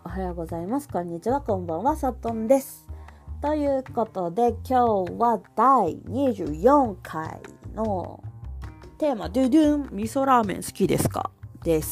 はようございます。こんにちは。こんばんは。さとんです。ということで、今日は第24回のテーマ、ドゥドゥン、味噌ラーメン好きですかです。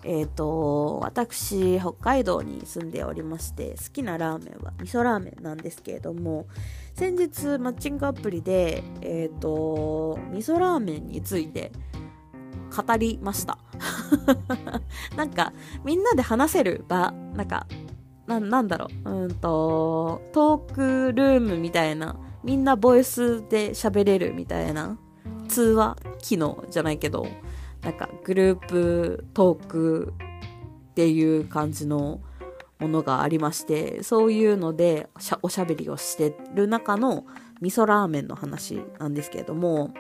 私、北海道に住んでおりまして、好きなラーメンは味噌ラーメンなんですけれども、先日マッチングアプリで、味噌ラーメンについて語りました。なんかみんなで話せる場、なんだろう、トークルームみたいな、みんなボイスで喋れるみたいな通話機能じゃないけど、なんかグループトークっていう感じのものがありまして、そういうのでおしゃべりをしてる中の味噌ラーメンの話なんですけれども、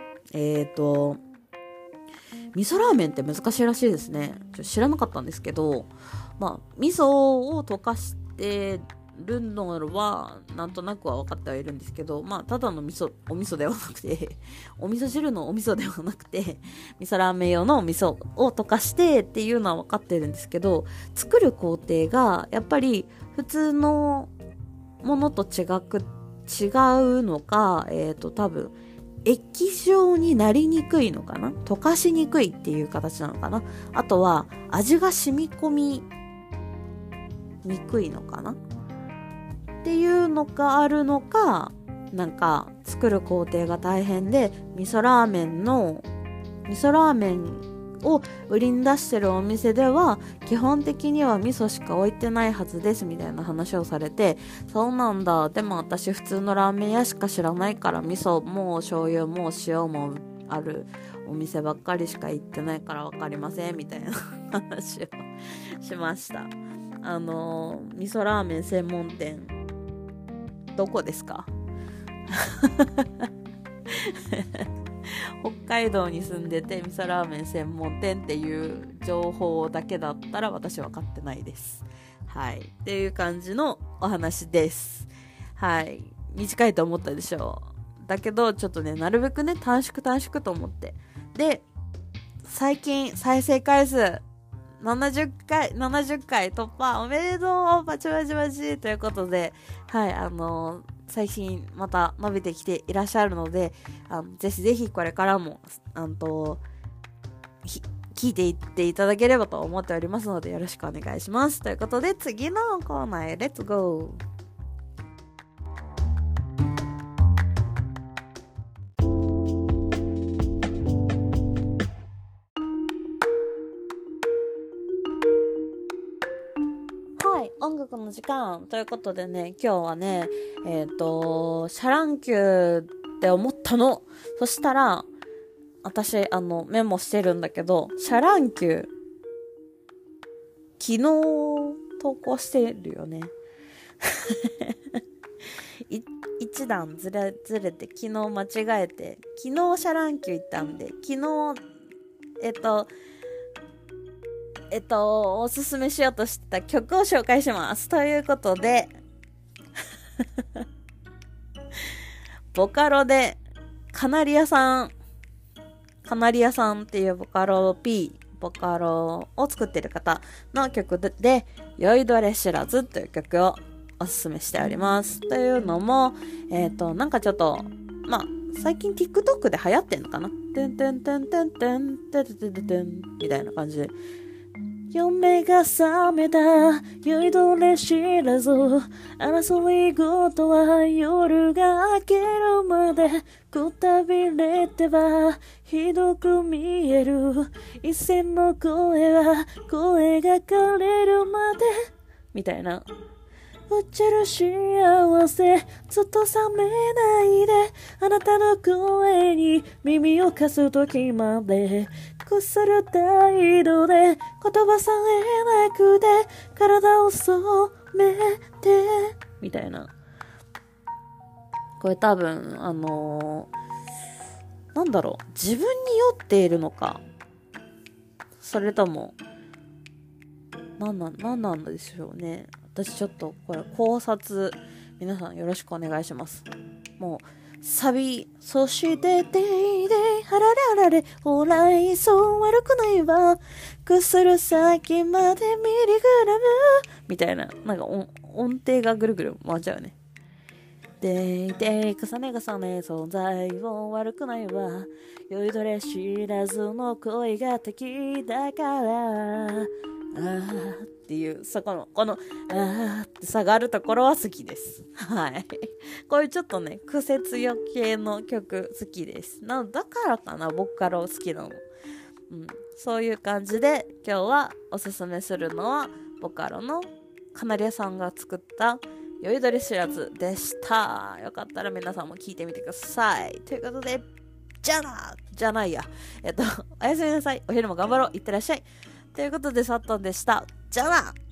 味噌ラーメンって難しいらしいですね。知らなかったんですけど、味噌を溶かしてるのはなんとなくは分かってはいるんですけど、ただのお味噌ではなくて、お味噌汁のお味噌ではなくて、味噌ラーメン用のお味噌を溶かしてっていうのは分かってるんですけど、作る工程がやっぱり普通のものと違うのか、多分液状になりにくいのかな、溶かしにくいっていう形なのかな、あとは味が染み込みにくいのかなっていうのがあるのか、なんか作る工程が大変で味噌ラーメンを売りに出してるお店では基本的には味噌しか置いてないはずですみたいな話をされて、そうなんだ、でも私普通のラーメン屋しか知らないから味噌も醤油も塩もあるお店ばっかりしか行ってないから分かりませんみたいな話をしました。味噌ラーメン専門店どこですか？北海道に住んでて味噌ラーメン専門店っていう情報だけだったら私は買ってないです。はい。っていう感じのお話です。はい。短いと思ったでしょう。だけどちょっとね、なるべくね、短縮と思って。で、最近再生回数70回突破おめでとう、パチパチパチということで、はい、最近また伸びてきていらっしゃるので、ぜひこれからも聞いていっていただければと思っておりますので、よろしくお願いします。ということで、次のコーナーへレッツゴー。音楽の時間ということでね、今日はね、シャランキューって思ったの。そしたら、私、メモしてるんだけど、シャランキュー、昨日投稿してるよね。一段ずれて、昨日間違えて、昨日シャランキュー行ったんで、昨日、おすすめしようとしてた曲を紹介します。ということで、ボカロで、カナリアさんっていうボカロを作ってる方の曲で、酔いどれ知らずという曲をおすすめしております。というのも、なんかちょっと、最近 TikTok で流行ってんのかな、トゥントゥントゥントゥントゥントゥントゥントゥントゥンみたいな感じで、夜目が覚めた酔いどれ知らず、争い事は夜が明けるまで、くたびれてはひどく見える一線の声は声が枯れるまでみたいな、落ちる幸せずっと冷めないで、あなたの声に耳を貸す時まで、くする態度で言葉さえなくて体を染めてみたいな。これ多分なんだろう、自分に酔っているのか、それとも何なんでしょうね。私ちょっとこれ考察、皆さんよろしくお願いします。もうサビ、そしてデイデイ、ハラララレ、ほら、いそう悪くないわ。くする先までミリグラム。みたいな、なんか音程がぐるぐる回っちゃうね。デイデイ、重ね重ね、存在も悪くないわ。酔いどれ知らずの恋が敵だから。っていう、そこの、この、って下がるところは好きです。はい。こういうちょっとね、癖強系の曲好きです。だからかな、ボカロ好きなの。そういう感じで、今日はおすすめするのは、ボカロのカナリアさんが作った酔いどれ知らずでした。よかったら皆さんも聞いてみてください。ということで、じゃないや。おやすみなさい。お昼も頑張ろう。いってらっしゃい。ということで、サットンでした。じゃあな。